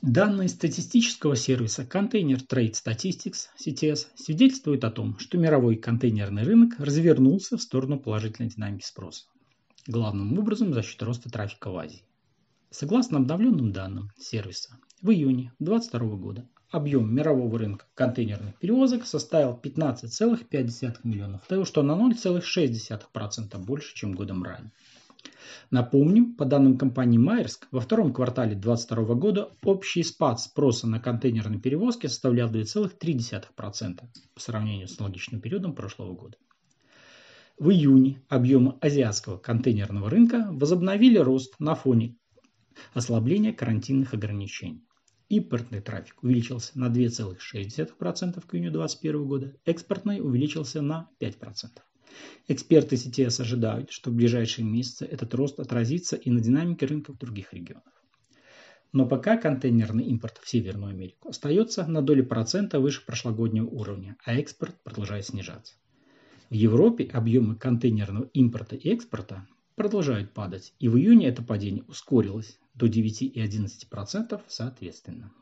Данные статистического сервиса Container Trade Statistics (CTS) свидетельствуют о том, что мировой контейнерный рынок развернулся в сторону положительной динамики спроса, главным образом за счет роста трафика в Азии. Согласно обновленным данным сервиса, в июне 2022 года объем мирового рынка контейнерных перевозок составил 15,5 миллионов, что на 0,6% больше, чем годом ранее. Напомним, по данным компании Maersk, во втором квартале 2022 года общий спад спроса на контейнерные перевозки составлял 2,3% по сравнению с аналогичным периодом прошлого года. В июне объемы азиатского контейнерного рынка возобновили рост на фоне ослабления карантинных ограничений. Импортный трафик увеличился на 2,6% к июню 2021 года, экспортный увеличился на 5%. Эксперты CTS ожидают, что в ближайшие месяцы этот рост отразится и на динамике рынка в других регионах. Но пока контейнерный импорт в Северную Америку остается на долю процента выше прошлогоднего уровня, а экспорт продолжает снижаться. В Европе объемы контейнерного импорта и экспорта продолжают падать, и в июне это падение ускорилось до 9 и 11% соответственно.